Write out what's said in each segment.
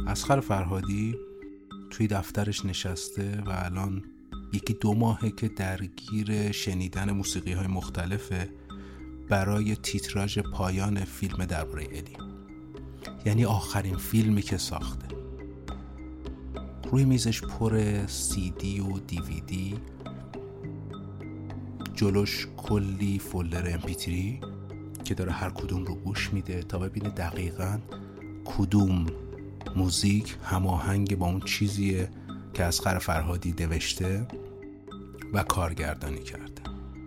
اصغر فرهادی توی دفترش نشسته و الان 1-2 ماهه که درگیر شنیدن موسیقی های مختلفه برای تیتراژ پایان فیلم درباره الی، یعنی آخرین فیلمی که ساخته. روی میزش پر CD و DVD، جلوش کلی فولدر MP3 که داره هر کدوم رو گوش میده تا ببینه دقیقاً کدوم موزیک هماهنگ با اون چیزیه که اصغر فرهادی نوشته و کارگردانی کرده.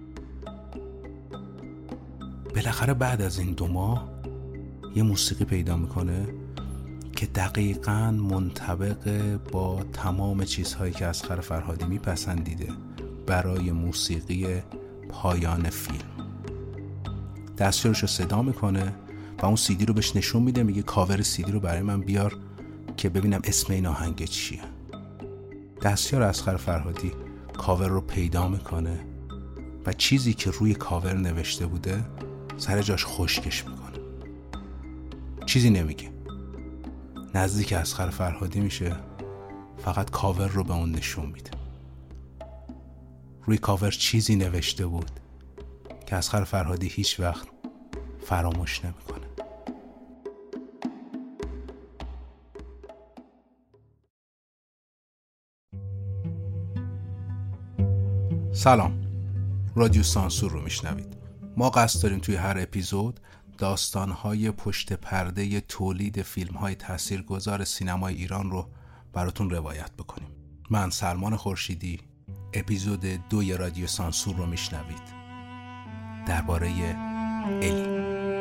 بالاخره بعد از این 2 ماه یه موسیقی پیدا میکنه که دقیقاً منطبق با تمام چیزهایی که اصغر فرهادی میپسندیده برای موسیقی پایان فیلم. دستیارش رو صدا میکنه و اون CD رو بهش نشون میده، میگه کاور CD رو برای من بیار که ببینم اسم این آهنگ چیه. دستیار اصغر فرهادی کاور رو پیدا میکنه و چیزی که روی کاور نوشته بوده سر جاش خشکش میکنه. چیزی نمیگه. نزدیک اصغر فرهادی میشه، فقط کاور رو به اون نشون میده. روی کاور چیزی نوشته بود که اصغر فرهادی هیچ وقت فراموش نمیکنه. سلام، رادیو سانسور رو میشنوید. ما قصد داریم توی هر اپیزود داستانهای پشت پرده تولید فیلم‌های تاثیرگذار سینمای ایران رو براتون روایت بکنیم. من سلمان خورشیدی، اپیزود 2 رادیو سانسور رو میشنوید درباره الی.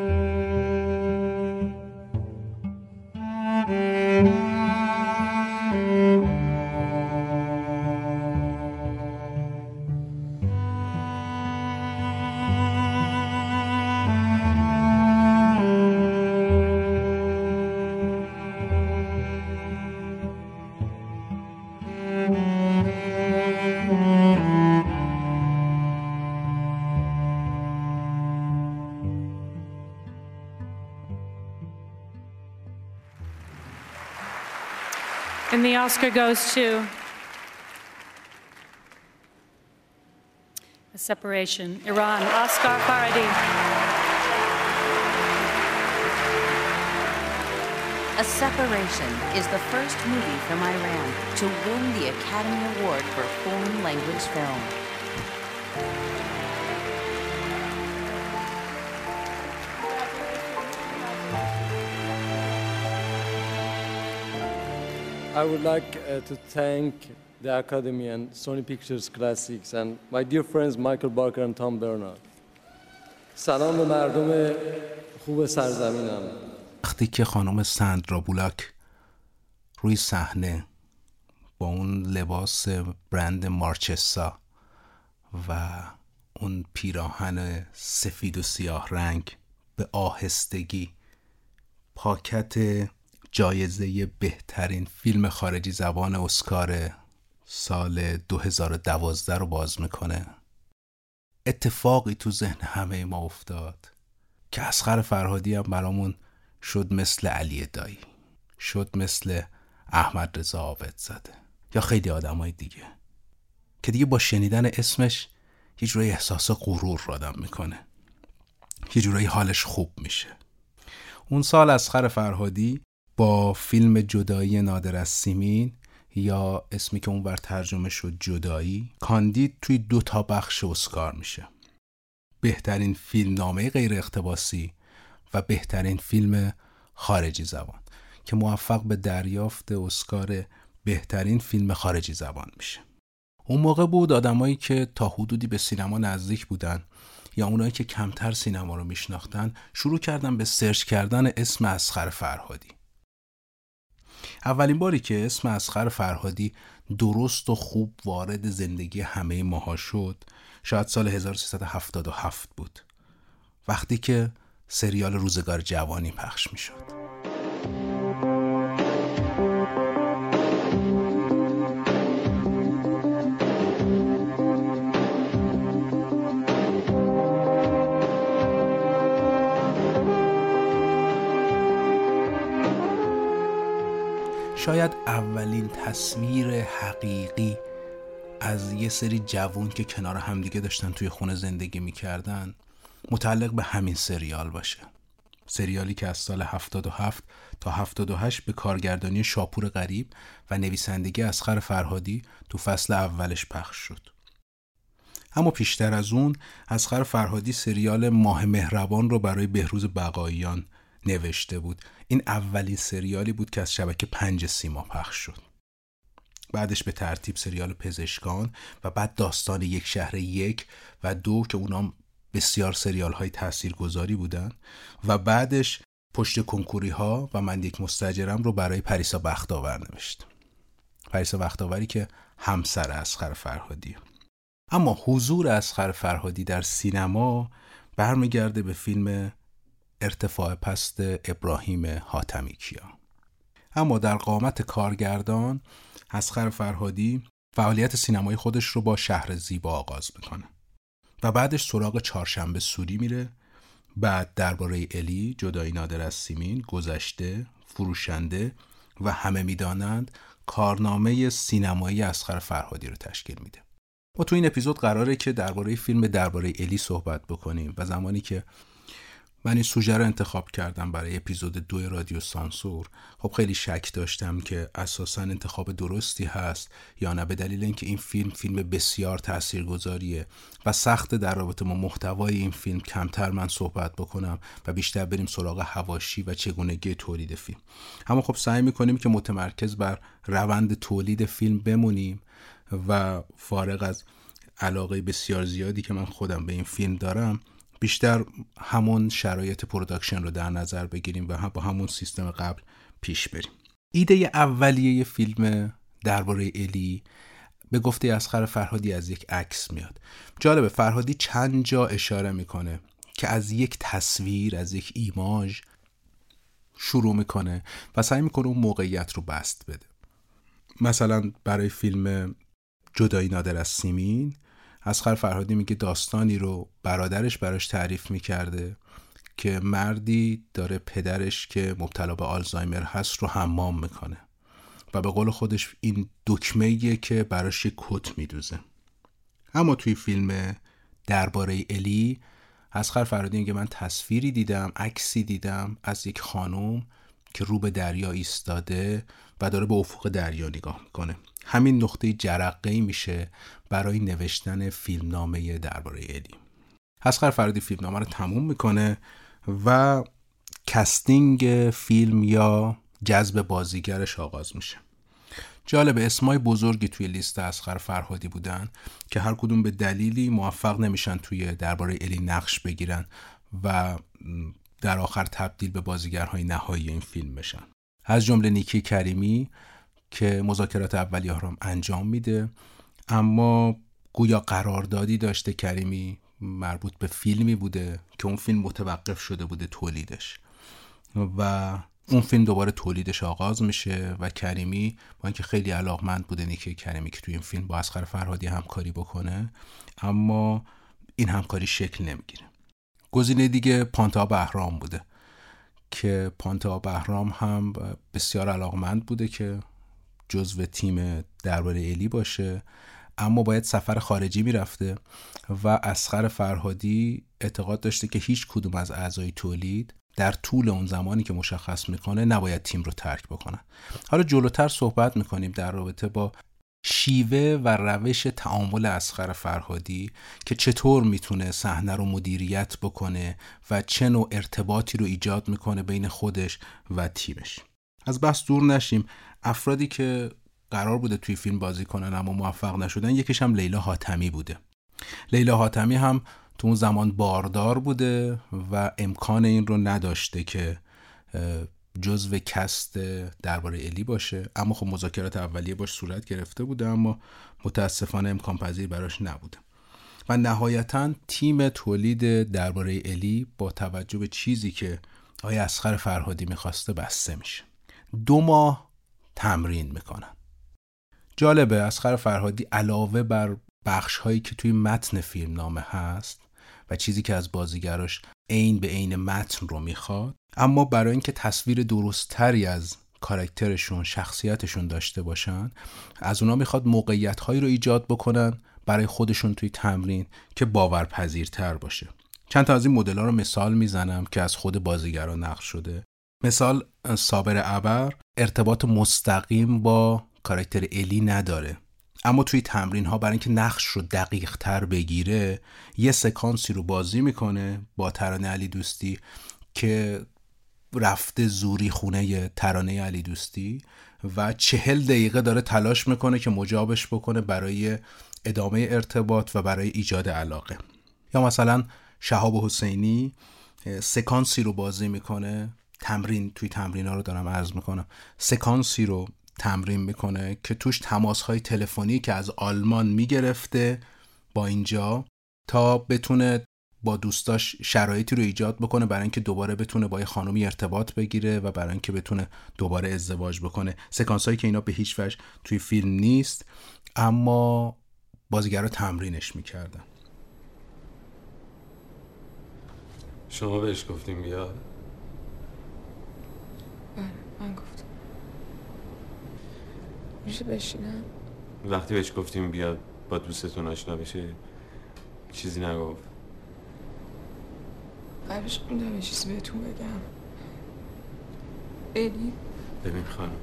And the Oscar goes to A Separation, Iran, Asghar Farhadi. A Separation is the first movie from Iran to win the Academy Award for Foreign Language Film. I would like to thank the Academy and Sony Pictures Classics and my dear friends Michael Barker and Tom Bernard. سلام به مردم خوب سرزمینم. وقتی که خانم ساندرا بولاک روی صحنه با اون لباس برند مارچسا و اون پیراهن سفید و سیاه رنگ به آهستگی پاکت جایزه بهترین فیلم خارجی زبان اسکار سال 2012 رو باز میکنه، اتفاقی تو ذهن همه ما افتاد که اصغر فرهادی هم برامون شد مثل علی دایی، شد مثل احمد رضا عابدزاده یا خیلی آدمای دیگه که دیگه با شنیدن اسمش یه جورایی احساس غرور رو آدم میکنه، یه جورایی حالش خوب میشه. اون سال اصغر فرهادی با فیلم جدایی نادر از سیمین یا اسمی که اونور ترجمه شد جدایی، کاندید توی 2 بخش اسکار میشه: بهترین فیلم نامه غیر اقتباسی و بهترین فیلم خارجی زبان که موفق به دریافت اسکار بهترین فیلم خارجی زبان میشه. اون موقع بود آدمایی که تا حدودی به سینما نزدیک بودن یا اونایی که کمتر سینما رو میشناختن شروع کردن به سرچ کردن اسم اصغر فرهادی. اولین باری که اسم اصغر فرهادی درست و خوب وارد زندگی همه ماها شد شاید سال 1377 بود، وقتی که سریال روزگار جوانی پخش می شد. شاید اولین تصویر حقیقی از یه سری جوون که کنار همدیگه داشتن توی خونه زندگی میکردن متعلق به همین سریال باشه. سریالی که از سال 77 تا 78 به کارگردانی شاپور غریب و نویسندگی اصغر فرهادی تو فصل اولش پخش شد. اما پیشتر از اون اصغر فرهادی سریال ماه مهربان رو برای بهروز بقاییان نوشته بود. این اولین سریالی بود که از شبکه 5 سیما پخش شد. بعدش به ترتیب سریال پزشکان و بعد داستان یک شهر 1 و 2 که اونام بسیار سریال های تاثیرگذاری بودن و بعدش پشت کنکوری ها و من یک مستاجرم رو برای پریسا بختاور نوشت. پریسا بختاوری که همسر اصغر فرهادی. اما حضور اصغر فرهادی در سینما برمیگرده به فیلم ارتفاع پست ابراهیم حاتمیکیا. اما در قامت کارگردان اصغر فرهادی فعالیت سینمایی خودش رو با شهر زیبا آغاز میکنه و بعدش سراغ چهارشنبه سوری میره، بعد درباره الی، جدایی نادر از سیمین، گذشته، فروشنده و همه میدانند کارنامه سینمایی اصغر فرهادی رو تشکیل میده. ما تو این اپیزود قراره که درباره فیلم درباره الی صحبت بکنیم و زمانی که من این سوژه رو انتخاب کردم برای اپیزود 2 رادیو سانسور خب خیلی شک داشتم که اساساً انتخاب درستی هست یا نه، به دلیل اینکه این فیلم بسیار تاثیرگذاریه و سخت در رابطه با محتوای این فیلم کمتر من صحبت بکنم و بیشتر بریم سراغ حواشی و چگونگی تولید فیلم. اما خب سعی میکنیم که متمرکز بر روند تولید فیلم بمونیم و فارغ از علاقه بسیار زیادی که من خودم به این فیلم دارم بیشتر همون شرایط پروداکشن رو در نظر بگیریم و با همون سیستم قبل پیش بریم. ایده اولیه فیلم درباره الی به گفته اصغر فرهادی از یک عکس میاد. جالبه فرهادی چند جا اشاره میکنه که از یک تصویر، از یک ایماژ شروع میکنه و سعی میکنه اون موقعیت رو بست بده. مثلا برای فیلم جدایی نادر از سیمین اصغر فرهادی میگه داستانی رو برادرش براش تعریف میکرده که مردی داره پدرش که مبتلا به آلزایمر هست رو حمام میکنه و به قول خودش این دکمه‌ایه که براش یک کت میدوزه. اما توی فیلم درباره الی اصغر فرهادی میگه من تصویری دیدم، عکسی دیدم از یک خانم که رو به دریا ایستاده و داره به افق دریا نگاه میکنه. همین نقطه جرقه‌ای میشه برای نوشتن فیلمنامه درباره الی. اصغر فرهادی فیلمنامه رو تموم میکنه و کستینگ فیلم یا جذب بازیگرش آغاز میشه. جالب اسمای بزرگی توی لیست اصغر فرهادی بودن که هر کدوم به دلیلی موفق نمیشن توی درباره الی نقش بگیرن و در آخر تبدیل به بازیگرهای نهایی این فیلم بشن. از جمله نیکی کریمی که مذاکرات اولیه رو انجام میده، اما گویا قراردادی داشته کریمی مربوط به فیلمی بوده که اون فیلم متوقف شده بوده تولیدش و اون فیلم دوباره تولیدش آغاز میشه و کریمی با اینکه خیلی علاقمند بوده نیکی کریمی که توی این فیلم با اصغر فرهادی همکاری بکنه، اما این همکاری شکل نمیگیره. گزینه دیگه پانتا بهرام بوده که پانتا بهرام هم بسیار علاقمند بوده که جزو تیم درباره الی باشه، اما باید سفر خارجی میرفته و اصغر فرهادی اعتقاد داشته که هیچ کدوم از اعضای تولید در طول اون زمانی که مشخص میکنه نباید تیم رو ترک بکنن. حالا جلوتر صحبت میکنیم در رابطه با شیوه و روش تعامل اصغر فرهادی که چطور میتونه صحنه رو مدیریت بکنه و چه نوع ارتباطی رو ایجاد میکنه بین خودش و تیمش. از بحث دور نشیم. افرادی که قرار بوده توی فیلم بازی کنن اما موفق نشدن، یکیش هم لیلا حاتمی بوده. لیلا حاتمی هم تو اون زمان باردار بوده و امکان این رو نداشته که جزو کست درباره الی باشه، اما خب مذاکرات اولیه باش صورت گرفته بوده اما متاسفانه امکان پذیر براش نبوده و نهایتاً تیم تولید درباره الی با توجه به چیزی که آقای اصغر فرهادی میخواسته بسته میشه. 2 ماه تمرین میکنن. جالبه اصغر فرهادی علاوه بر بخش هایی که توی متن فیلم نامه هست و چیزی که از بازیگراش عین به عین متن رو میخواد، اما برای اینکه تصویر درستری از کاراکترشون، شخصیتشون داشته باشن، از اونا میخواد موقعیت‌هایی رو ایجاد بکنن برای خودشون توی تمرین که باورپذیرتر باشه. چند تا از این مدل‌ها رو مثال میزنم که از خود بازیگرا نقل شده. مثال صابر ابر ارتباط مستقیم با کاراکتر الی نداره، اما توی تمرین ها برای اینکه نقش رو دقیق تر بگیره یه سکانسی رو بازی میکنه با ترانه علی دوستی که رفته زوری خونه ترانه علی دوستی و 40 دقیقه داره تلاش میکنه که مجابش بکنه برای ادامه ارتباط و برای ایجاد علاقه. یا مثلا شهاب حسینی سکانسی رو بازی میکنه، توی تمرین ها رو دارم عرض میکنم، سکانسی رو تمرین میکنه که توش تماس‌های تلفنی که از آلمان میگرفته با اینجا تا بتونه با دوستاش شرایطی رو ایجاد بکنه برای اینکه دوباره بتونه با یه خانومی ارتباط بگیره و برای اینکه بتونه دوباره ازدواج بکنه. سکانس‌هایی که اینا به هیچ وجه توی فیلم نیست اما بازیگرا تمرینش میکردن. شما بهش گفتیم بیاد؟ بله من گفتم. میشه بشینم؟ وقتی بهش گفتیم بیاد با دوستتون آشنا بشه چیزی نگفت؟ قبلش میدونم یه چیزی بهتون بگم. الی ببین خانم،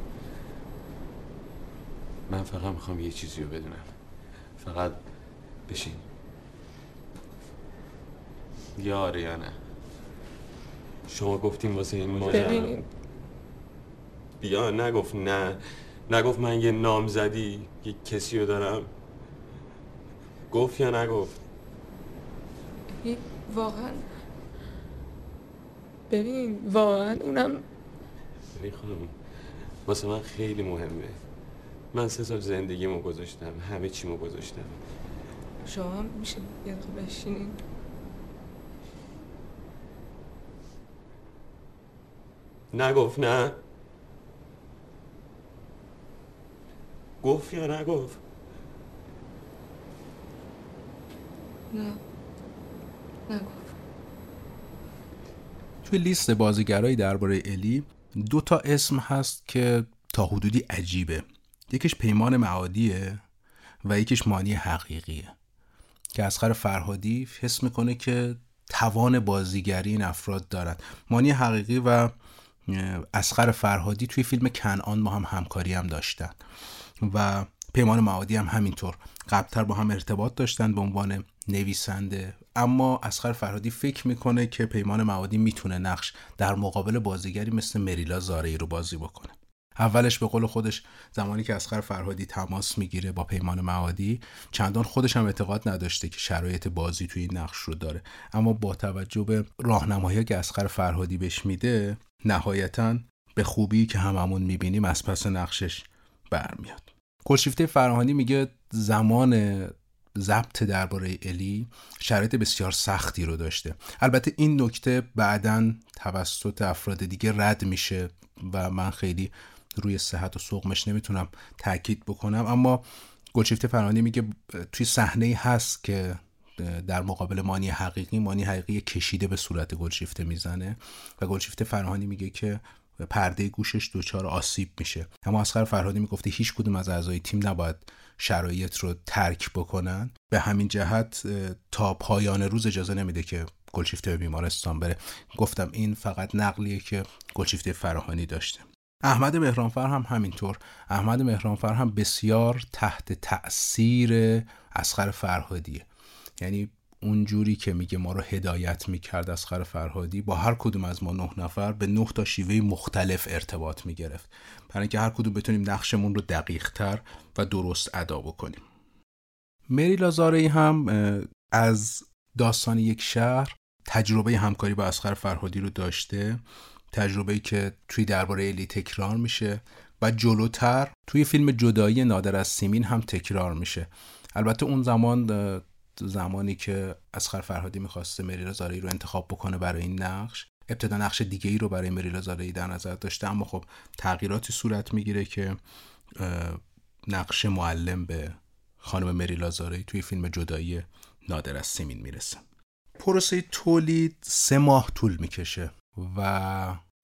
من فقط میخوام یه چیزی رو بدونم. فقط بشین. یا آره یا نه؟ شما گفتیم واسه این ماجرا ببینید بیا. نگفت نه، نگفت من یه نامزدی یه کسی رو دارم. گفت یا نگفت؟ واقعا ببین واقعا اونم ببین خانم، واسه من خیلی مهمه. من 3 سال زندگیمو گذاشتم، همه چیمو گذاشتم. شما میشه یه دقیقه بشینین؟ نگفت نه؟ گفت یا نگفت؟ نه نگفت. توی لیست بازیگرایی درباره الی 2 تا اسم هست که تا حدودی عجیبه. یکیش پیمان معادیه و یکیش مانی حقیقیه که اصغر فرهادی حس میکنه که توان بازیگری این افراد دارن. مانی حقیقی و اصغر فرهادی توی فیلم کنعان با هم همکاری هم داشتن و پیمان معادی هم همینطور. قبلتر با هم ارتباط داشتن به عنوان نویسنده، اما اصغر فرهادی فکر میکنه که پیمان معادی میتونه نقش در مقابل بازیگری مثل مریلا زارعی رو بازی بکنه. اولش به قول خودش زمانی که اصغر فرهادی تماس میگیره با پیمان معادی چندان خودش هم اعتقاد نداشته که شرایط بازی توی این نقش رو داره، اما با توجه به راهنمایی که اصغر فرهادی بهش میده نهایتاً به خوبی که هممون میبینیم از پس نقشش برمیاد. گلشیفته فراهانی میگه زمان ضبط درباره الی شرایط بسیار سختی رو داشته. البته این نکته بعداً توسط افراد دیگه رد میشه و من خیلی روی صحت و سقمش نمیتونم تاکید بکنم، اما گلشیفته فراهانی میگه توی صحنه‌ای هست که در مقابل مانی حقیقی کشیده به صورت گلشیفته میزنه و گلشیفته فراهانی میگه که پرده گوشش دچار آسیب میشه، اما اصغر فرهادی میگفته هیچ کدوم از اعضای تیم نباید شرایط رو ترک بکنن. به همین جهت تا پایان روز اجازه نمیده که گلشیفته به بیمارستان بره. گفتم این فقط نقلیه که گلشیفته فراهانی داشته. احمد مهرانفر هم همینطور. احمد مهرانفر هم بسیار تحت تأثیر اصغر فرهادیه، یعنی اون جوری که میگه ما رو هدایت میکرد اصغر فرهادی، با هر کدوم از ما 9 نفر به 9 تا شیوه مختلف ارتباط میگرفت برای اینکه هر کدوم بتونیم نقشمون رو دقیق تر و درست ادا بکنیم. مریلا زارعی هم از داستان یک شهر تجربه همکاری با اصغر فرهادی رو داشته، تجربه‌ای که توی درباره الی تکرار میشه و جلوتر توی فیلم جدایی نادر از سیمین هم تکرار میشه. البته اون زمانی که اصغر فرهادی میخواسته مریلا زارعی رو انتخاب بکنه برای این نقش، ابتدا نقش دیگه‌ای رو برای مریلا زارعی در نظر داشته، اما خب تغییراتی صورت میگیره که نقش معلم به خانم مریلا زارعی توی فیلم جدایی نادر از سیمین میرسه. پروسه تولید 3 ماه طول میکشه و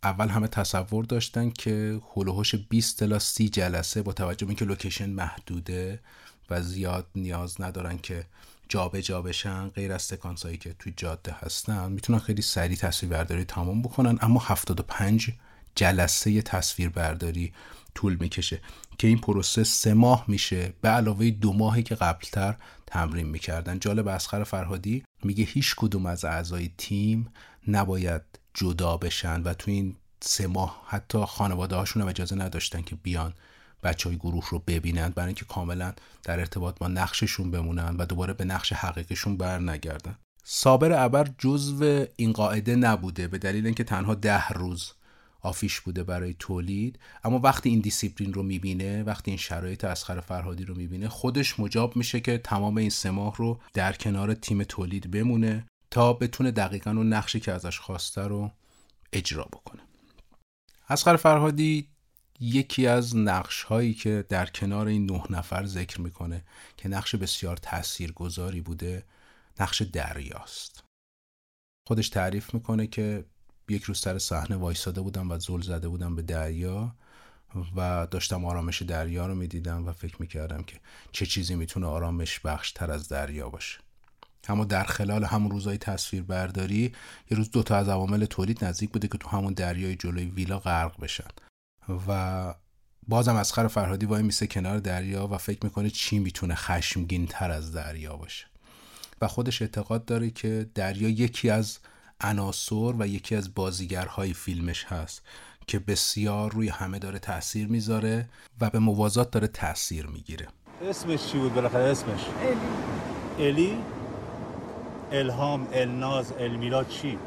اول همه تصور داشتن که هولوحش 20 تا 30 جلسه با توجه به اینکه لوکیشن محدوده و زیاد نیاز ندارن که جابجا بشن، غیر از سکانسایی که توی جاده هستن میتونن خیلی سریع تصویربرداری تمام بکنن، اما 75 جلسه تصویربرداری طول میکشه که این پروسه 3 ماه میشه به علاوه 2 ماهی که قبلتر تمرین میکردن. جالب اسقر فرهادی میگه هیچ کدوم از اعضای تیم نباید جدا بشن و تو این 3 ماه حتی خانواده هاشون هم اجازه نداشتن که بیان بچهای گروه رو ببینند، برای اینکه کاملا در ارتباط با نقششون بمونن و دوباره به نقش حقیقیشون بر نگردن. صابر ابر جزو این قاعده نبوده به دلیل اینکه تنها 10 روز آفیش بوده برای تولید، اما وقتی این دیسیپلین رو میبینه، وقتی این شرایط اسقر فرهادی رو میبینه، خودش مجاب میشه که تمام این 3 ماه رو در کنار تیم تولید بمونه تا بتونه دقیقاً اون نقشی که ازش خواسته رو اجرا بکنه. اسقر فرهادی یکی از نقش هایی که در کنار این 9 نفر ذکر میکنه که نقش بسیار تاثیرگذاری بوده، نقش دریاست. خودش تعریف میکنه که یک روز سر صحنه وایساده بودم و زل زده بودم به دریا و داشتم آرامش دریا رو میدیدم و فکر میکردم که چه چیزی میتونه آرامش بخش تر از دریا باشه. اما در خلال همون روزهای تصویر برداری یه روز 2 تا از عوامل تولید نزدیک بوده که تو همون دریای جلوی ویلا غرق بشن و بازم اسقر فرهادی وای میسه کنار دریا و فکر میکنه چی میتونه خشمگین تر از دریا باشه و خودش اعتقاد داره که دریا یکی از عناصر و یکی از بازیگرهای فیلمش هست که بسیار روی همه داره تأثیر میذاره و به موازات داره تأثیر میگیره. اسمش چی بود بالاخره؟ اسمش الی، الهام، الناز، المیلاد چی؟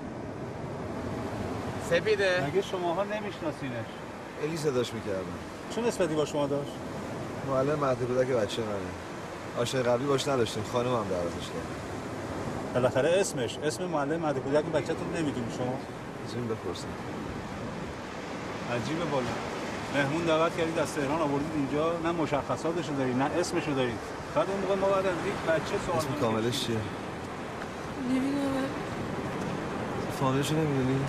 سپیده. مگه شماها نمیشناسینش؟ الی صداش میکردم. چه نسبتی با شما داشت؟ معلم مهد کودک بچه منه. آشنای قبلی باش نداشتیم، خانومم دعوتش کرد. بالاخره اسم معلم مهد کودک بچه‌تون نمیدونی شما؟ میتونیم بپرسیم. عجیبه والا. مهمون دعوت کردید از تهران آوردید اینجا، نه مشخصاتشو دارید نه اسمشو دارید. بعد اون موقع ما بعد از یک بچه سوال اسم کاملش چیه؟ نمیدونم. فامیلشو نمیدونی؟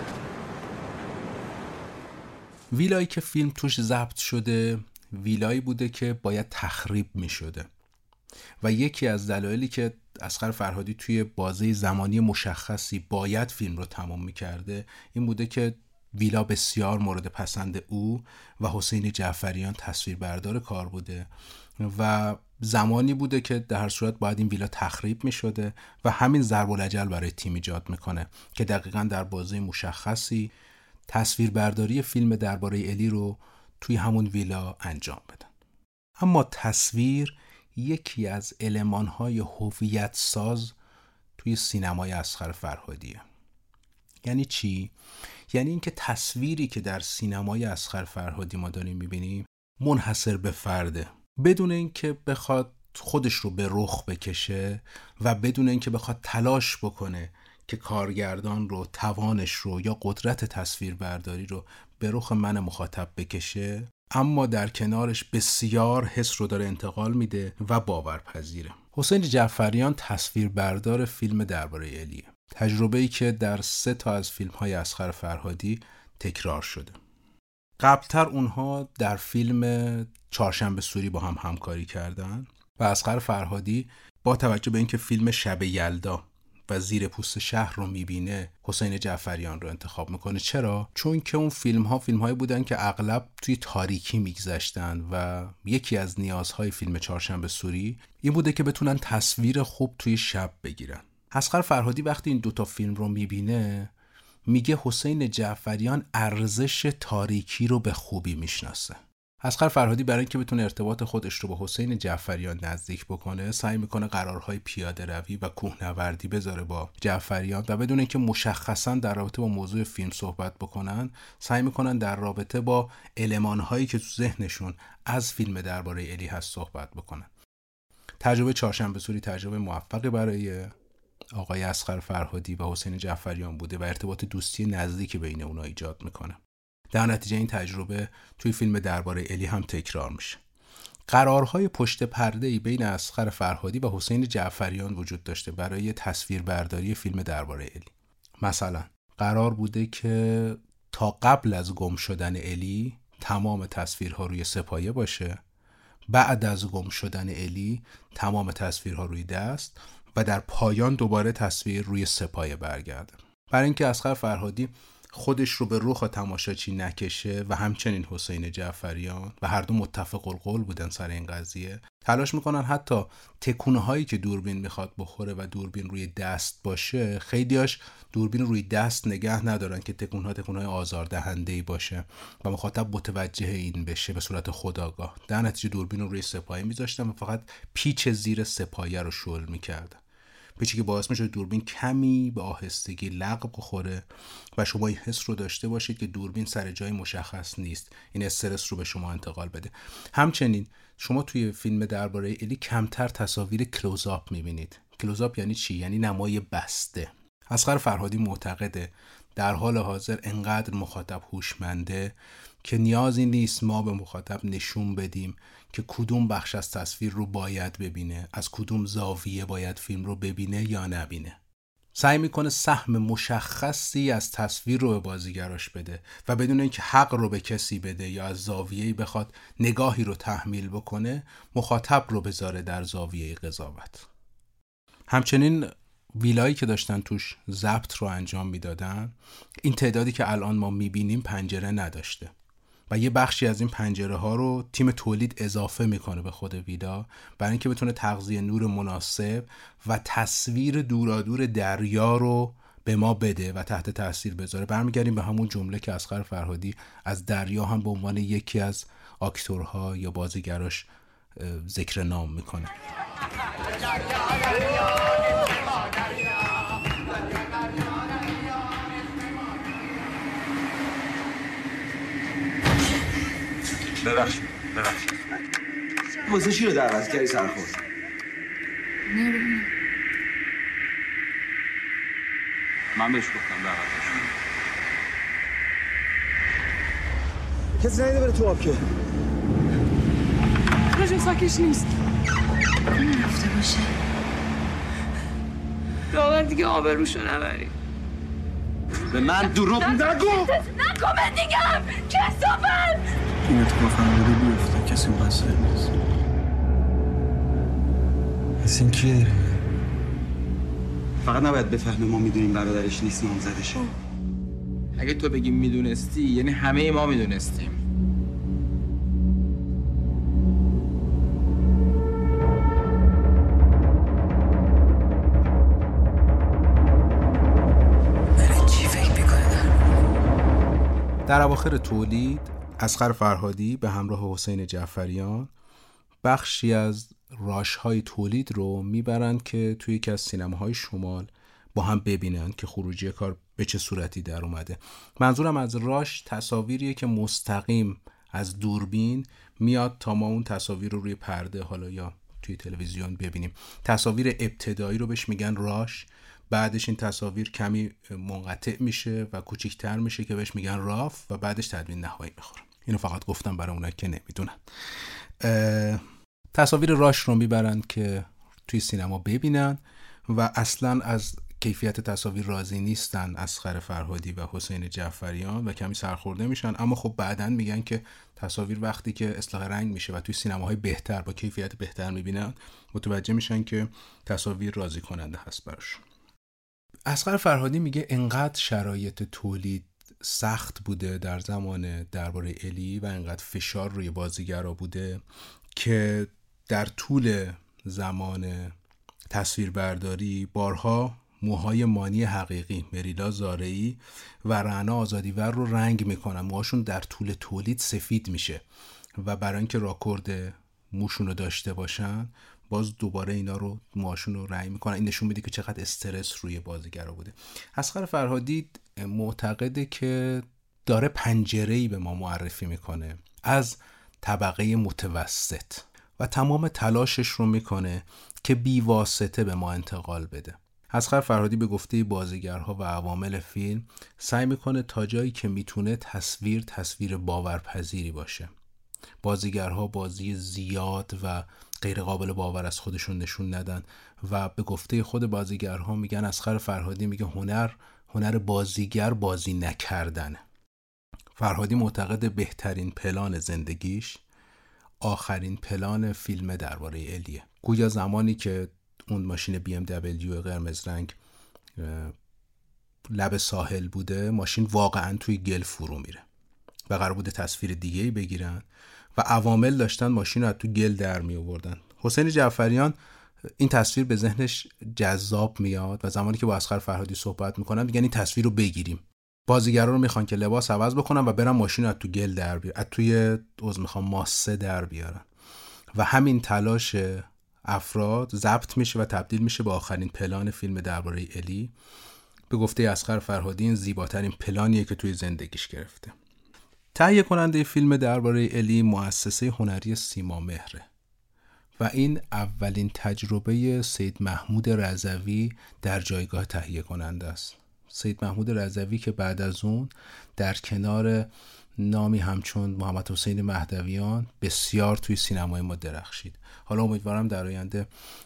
ویلایی که فیلم توش ضبط شده ویلایی بوده که باید تخریب می شده و یکی از دلایلی که اسقر فرهادی توی بازه زمانی مشخصی باید فیلم رو تمام می کرده این بوده که ویلا بسیار مورد پسند او و حسین جعفریان تصویربردار کار بوده و زمانی بوده که در هر صورت باید این ویلا تخریب می شده و همین ضرب الاجل برای تیم ایجاد میکنه که دقیقاً در بازه مشخصی تصویربرداری فیلم درباره الی رو توی همون ویلا انجام بدن. اما تصویر یکی از المان‌های هویت ساز توی سینمای اسقر فرهادیه. یعنی چی؟ یعنی اینکه تصویری که در سینمای اسقر فرهادی ما داریم می‌بینیم منحصر به فرده، بدون اینکه بخواد خودش رو به رخ بکشه و بدون اینکه بخواد تلاش بکنه که کارگردان رو، توانش رو یا قدرت تصویربرداری رو به رخ من مخاطب بکشه، اما در کنارش بسیار حس رو داره انتقال میده و باورپذیره. حسین جعفریان تصویربردار فیلم درباره الیه، تجربه‌ای که در 3 تا از فیلم‌های اسقر فرهادی تکرار شده. قبلتر اونها در فیلم چهارشنبه سوری با هم همکاری کردن و اسقر فرهادی با توجه به اینکه فیلم شب یلدا و زیر پوست شهر رو میبینه حسین جعفریان رو انتخاب میکنه. چرا؟ چون که اون فیلم‌های بودن که اغلب توی تاریکی میگذشتن و یکی از نیازهای فیلم چهارشنبه سوری این بوده که بتونن تصویر خوب توی شب بگیرن. اسقر فرهادی وقتی این 2 تا فیلم رو میبینه میگه حسین جعفریان ارزش تاریکی رو به خوبی میشناسه. اسقر فرهادی برای اینکه بتونه ارتباط خودش رو با حسین جعفریان نزدیک بکنه سعی میکنه قرارهای پیاده روی و کوهنوردی بذاره با جعفریان و بدون اینکه مشخصا در رابطه با موضوع فیلم صحبت بکنن سعی میکنن در رابطه با المان‌هایی که تو ذهنشون از فیلم درباره الی هست صحبت بکنن. تجربه چهارشنبه سوری تجربه موفقی برای آقای اسقر فرهادی و حسین جعفریان بوده و ارتباط دوستی نزدیکی بین اونها ایجاد میکنه. در نتیجه این تجربه توی فیلم درباره الی هم تکرار میشه. قرارهای پشت پرده‌ای بین اسقر فرهادی و حسین جعفریان وجود داشته برای تصویربرداری فیلم درباره الی. مثلا قرار بوده که تا قبل از گم شدن الی تمام تصویرها روی سپایه باشه، بعد از گم شدن الی تمام تصویرها روی دست و در پایان دوباره تصویر روی سپایه برگرده. برای اینکه اصغر فرهادی خودش رو به رخ تماشاچی نکشه و همچنین حسین جعفریان و هر دو متفق القول بودن سر این قضیه، تلاش میکنن حتی تکونه هایی که دوربین میخواد بخوره و دوربین روی دست باشه، خیلیاش دوربین روی دست نگه ندارن که تکونه های آزاردهنده‌ای باشه و مخاطب متوجه این بشه به صورت خودآگاه. در نتیجه دوربین رو روی سپایه میذاشتن و فقط پیچ زیر سپایه رو شل میکردن، پیچی که باعث میشه دوربین کمی به آهستگی لغو بخوره و شما این حس رو داشته باشید که دوربین سر جای مشخص نیست، این استرس رو به شما انتقال بده. همچنین شما توی فیلم درباره الی کمتر تصاویر کلوزآپ میبینید. کلوزآپ یعنی چی؟ یعنی نمای بسته. اصغر فرهادی معتقده در حال حاضر انقدر مخاطب هوشمنده که نیازی نیست ما به مخاطب نشون بدیم که کدوم بخش از تصویر رو باید ببینه، از کدوم زاویه باید فیلم رو ببینه یا نبینه. سعی میکنه سهم مشخصی از تصویر رو به بازیگراش بده و بدون اینکه حق رو به کسی بده یا از زاویه‌ای بخواد نگاهی رو تحمیل بکنه، مخاطب رو بذاره در زاویه قضاوت. همچنین ویلایی که داشتن توش ضبط رو انجام میدادن، این تعدادی که الان ما میبینیم پنجره نداشته و یه بخشی از این پنجره ها رو تیم تولید اضافه میکنه به خود ویلا برای اینکه بتونه تغذیه نور مناسب و تصویر دورادور دریا رو به ما بده و تحت تاثیر بذاره. برمیگردیم به همون جمله که اصغر فرهادی از دریا هم به عنوان یکی از آکتورها یا بازیگراش ذکر نام میکنه. ببخشید واسه چی رو دعوت کردی سرخورد؟ نمیدونم. من بهش گفتم دعوتش. کسی نیده بره تو آب که راجع ساکش نیست. نرفته باشه. باور دیگه آبروشو نبری. به من دروغ نگو. نکن من دیگم کسافت. این اتفاق فرموده بیفته، کسی مقصر نیست. پس این کیه داره؟ فقط نباید بفهمه ما میدونیم برادرش نیست نامزدشه. اگه تو بگیم میدونستی یعنی همه ما میدونستیم. در اواخر تولید اصغر فرهادی به همراه حسین جعفریان بخشی از راش‌های تولید رو میبرند که توی یکی از سینماهای شمال با هم ببینن که خروجی کار به چه صورتی در اومده. منظورم از راش تصاویریه که مستقیم از دوربین میاد تا ما اون تصاویر رو روی پرده حالا یا توی تلویزیون ببینیم. تصاویر ابتدایی رو بهش میگن راش، بعدش این تصاویر کمی منقطع میشه و کوچیک‌تر میشه که بهش میگن راف و بعدش تدوین نهایی میخوره. اینو فقط گفتم برای اونایی که نمیدونن. تصاویر راش رو میبرن که توی سینما ببینن و اصلا از کیفیت تصاویر راضی نیستن اصغر فرهادی و حسین جعفریان و کمی سرخورده میشن، اما خب بعدن میگن که تصاویر وقتی که اصلاح رنگ میشه و توی سینماهای بهتر با کیفیت بهتر میبینن متوجه میشن که تصاویر راضی کننده هست براشون. اصغر فرهادی میگه انقدر شرایط تولید سخت بوده در زمان درباره الی و انقدر فشار روی بازیگرا بوده که در طول زمان تصویربرداری بارها موهای مانی حقیقی مریلا زارعی و رعنا آزادیور رو رنگ میکنن. موهاشون در طول تولید سفید میشه و برای اینکه راکورد موشون رو داشته باشن باز دوباره اینا رو موهاشون رو رنگ میکنن. این نشون میده که چقدر استرس روی بازیگرا بوده. اصغر فرهادی معتقده که داره پنجره‌ای به ما معرفی میکنه از طبقه متوسط و تمام تلاشش رو میکنه که بی واسطه به ما انتقال بده. اصغر فرهادی به گفته بازیگرها و عوامل فیلم سعی میکنه تا جایی که میتونه تصویر باورپذیری باشه. بازیگرها بازی زیاد و غیر قابل باور از خودشون نشون ندن و به گفته خود بازیگرها میگن اصغر فرهادی میگه هنر بازیگر بازی نکردنه. فرهادی معتقد بهترین پلان زندگیش آخرین پلان فیلم درباره الیه. گویا زمانی که اون ماشین BMW قرمز رنگ لب ساحل بوده، ماشین واقعا توی گل فرو میره و قرار بوده تصویر دیگه‌ای بگیرن و عوامل داشتن ماشین رو از تو گل در می آوردن. حسین جعفریان این تصویر به ذهنش جذاب میاد و زمانی که با اصغر فرهادی صحبت میکنن میگن این تصویر رو بگیریم. بازیگرا رو میخوان که لباس عوض بکنن و برن ماشین رو از تو گل در بیارن، از توی ماسه در بیارن و همین تلاش افراد ضبط میشه و تبدیل میشه به آخرین پلان فیلم درباره الی. به گفته اصغر فرهادی این زیباترین پلانیه که توی زندگیش گرفته. تهیه کننده فیلم درباره الی مؤسسه هنری سیما مهره و این اولین تجربه سید محمود رضوی در جایگاه تهیه کننده است. سید محمود رضوی که بعد از اون در کنار نامی همچون محمد حسین مهدویان بسیار توی سینمای ما درخشید. حالا امیدوارم در آینده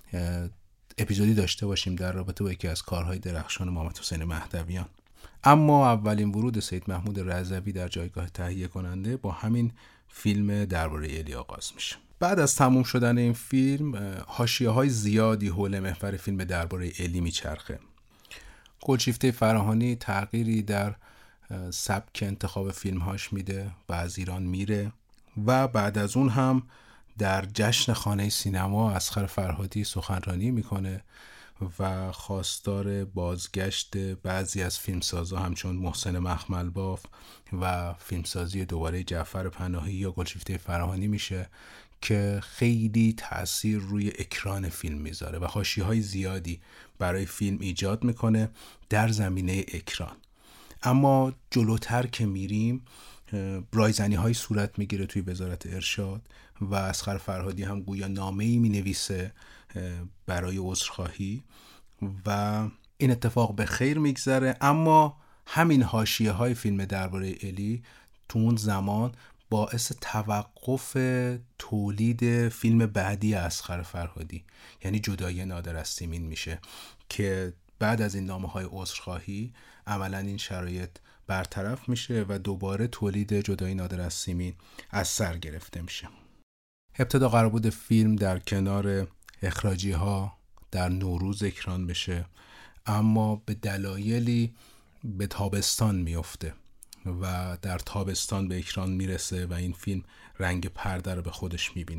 اپیزودی داشته باشیم در رابطه با یکی از کارهای درخشان محمد حسین مهدویان. اما اولین ورود سید محمود رضوی در جایگاه تهیه کننده با همین فیلم درباره الی آغاز میشه. بعد از تموم شدن این فیلم حاشیه‌های زیادی حول محور فیلم درباره الی میچرخه. گلشیفته فراهانی تغییری در سبک انتخاب فیلمهاش میده و از ایران میره و بعد از اون هم در جشن خانه سینما اصغر فرهادی سخنرانی میکنه و خواستار بازگشت بعضی از فیلمسازها همچون محسن مخملباف و فیلمسازی دوباره جعفر پناهی یا گلشیفته فراهانی میشه که خیلی تأثیر روی اکران فیلم میذاره و حاشیه‌های زیادی برای فیلم ایجاد میکنه در زمینه اکران. اما جلوتر که میریم رایزنی‌های صورت میگیره توی وزارت ارشاد و اصغر فرهادی هم گویا نامه‌ای مینویسه برای عذرخواهی و این اتفاق به خیر میگذره. اما همین حاشیه‌های فیلم درباره الی تو اون زمان باعث توقف تولید فیلم بعدی اصغر فرهادی یعنی جدایی نادر از سیمین میشه که بعد از این نامه‌های عذرخواهی عملاً این شرایط برطرف میشه و دوباره تولید جدایی نادر از سیمین از سر گرفته میشه. ابتدا قرار بود فیلم در کنار اخراجی‌ها در نوروز اکران بشه، اما به دلایلی به تابستان میفته و در تابستان به اکران میرسه و این فیلم رنگ پرده رو به خودش میبینه.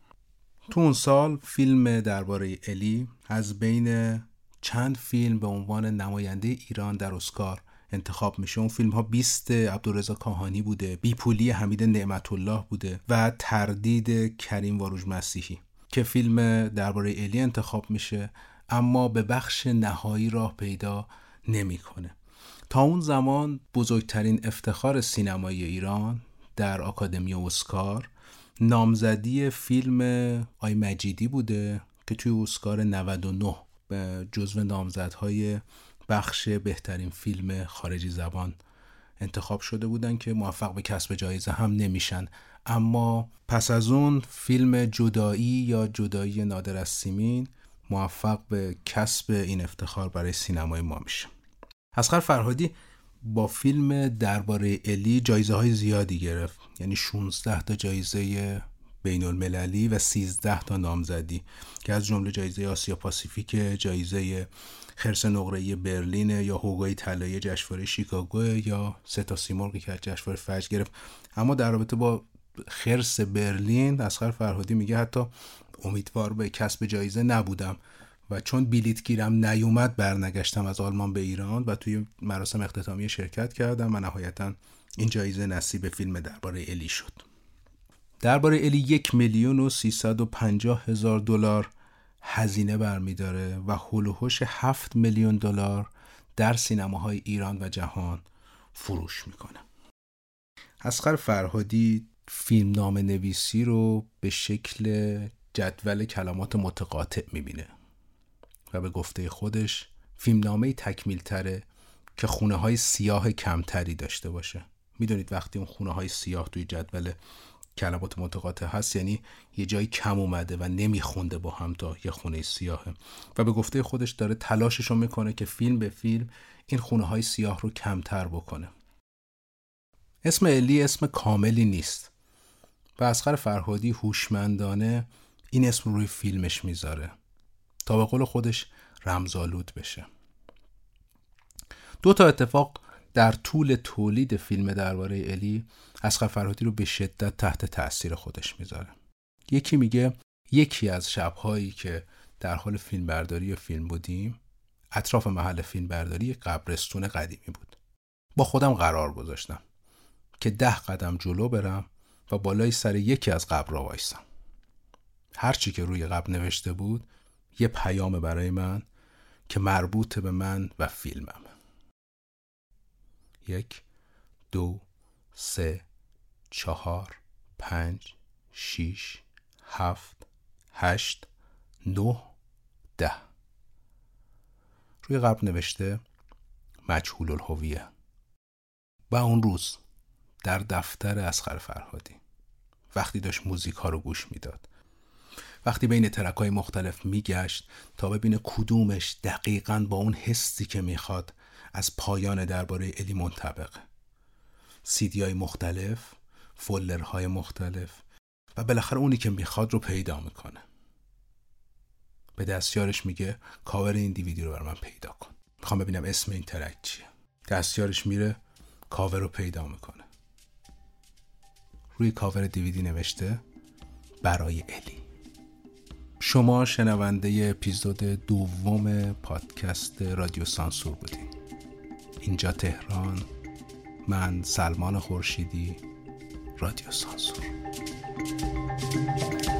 تو اون سال فیلم درباره الی از بین چند فیلم به عنوان نماینده ایران در اسکار انتخاب میشه. اون فیلم ها 20 عبدالرضا کاهانی بوده، بیپولی حمید نعمت الله بوده و تردید کریم واروژ مسیحی که فیلم درباره الی انتخاب میشه اما به بخش نهایی راه پیدا نمیکنه. تا اون زمان بزرگترین افتخار سینمایی ایران در آکادمی اسکار نامزدی فیلم آی مجیدی بوده که توی اسکار 99 به جزو نامزدهای بخش بهترین فیلم خارجی زبان انتخاب شده بودن که موفق به کسب جایزه هم نمیشن. اما پس از اون فیلم جدایی یا جدایی نادر از سیمین موفق به کسب این افتخار برای سینمای ما میشه. اصغر فرهادی با فیلم درباره الی جایزه های زیادی گرفت، یعنی 16 تا جایزه بین المللی و 13 تا نامزدی که از جمله جایزه آسیا پاسیفیک، جایزه خرس نقره‌ای برلین یا هوگوی طلایی جشنواره شیکاگو یا 3 تا سیمرغی که از جشنواره فجر گرفت. اما در رابطه با خرس برلین اصغر فرهادی میگه حتی امیدوار به کسب جایزه نبودم و چون بلیت گیرم نیومد برنگشتم از آلمان به ایران و توی مراسم اختتامیه شرکت کردم و نهایتاً این جایزه نصیب فیلم درباره الی شد. درباره الی 1,350,000 دلار هزینه برمیداره و هول و هوش 7 میلیون دلار در سینماهای ایران و جهان فروش میکنه. اصغر فرهادی فیلمنامه نویسی رو به شکل جدول کلمات متقاطع میبینه و به گفته خودش فیلمنامه‌ای تکمیل تره که خونه های سیاه کمتری داشته باشه. میدونید وقتی اون خونه های سیاه توی جدول کلمات متقاطع هست یعنی یه جایی کم اومده و نمیخونده با هم تا یه خونه سیاهه و به گفته خودش داره تلاششو میکنه که فیلم به فیلم این خونه های سیاه رو کمتر بکنه. اسم الی اسم کاملی نیست و اصغر فرهادی هوشمندانه این اسم روی فیلمش میذاره تا به قول خودش رمزآلود بشه. 2 اتفاق در طول تولید فیلم درباره الی اصغر فرهادی رو به شدت تحت تأثیر خودش میذاره. یکی میگه یکی از شب‌هایی که در حال فیلمبرداری فیلم بودیم اطراف محل فیلمبرداری قبرستون قدیمی بود. با خودم قرار گذاشتم که 10 قدم جلو برم و بالای سر یکی از قبرها وایسم. هرچی که روی قبر نوشته بود یه پیام برای من که مربوط به من و فیلمم. 1 2 3 4 5 6 7 8 9 10. روی قبر نوشته مجهول الهویه. و اون روز در دفتر اصغر فرهادی وقتی داشت موزیک ها رو گوش میداد، وقتی بین ترک های مختلف میگشت تا ببینه کدومش دقیقاً با اون حسی که میخواد از پایان درباره الی منطبقه، سیدی های مختلف، فولر های مختلف و بالاخره اونی که میخواد رو پیدا میکنه. به دستیارش میگه کاور این دیویدی رو برای من پیدا کن، میخوام ببینم اسم این ترک چیه. دستیارش میره کاور رو پیدا میکنه. روی کاور دیویدی نوشته برای الی. شما شنونده اپیزود 2 پادکست رادیو سانسور بودین. اینجا تهران، من سلمان خورشیدی، رادیو سانسور.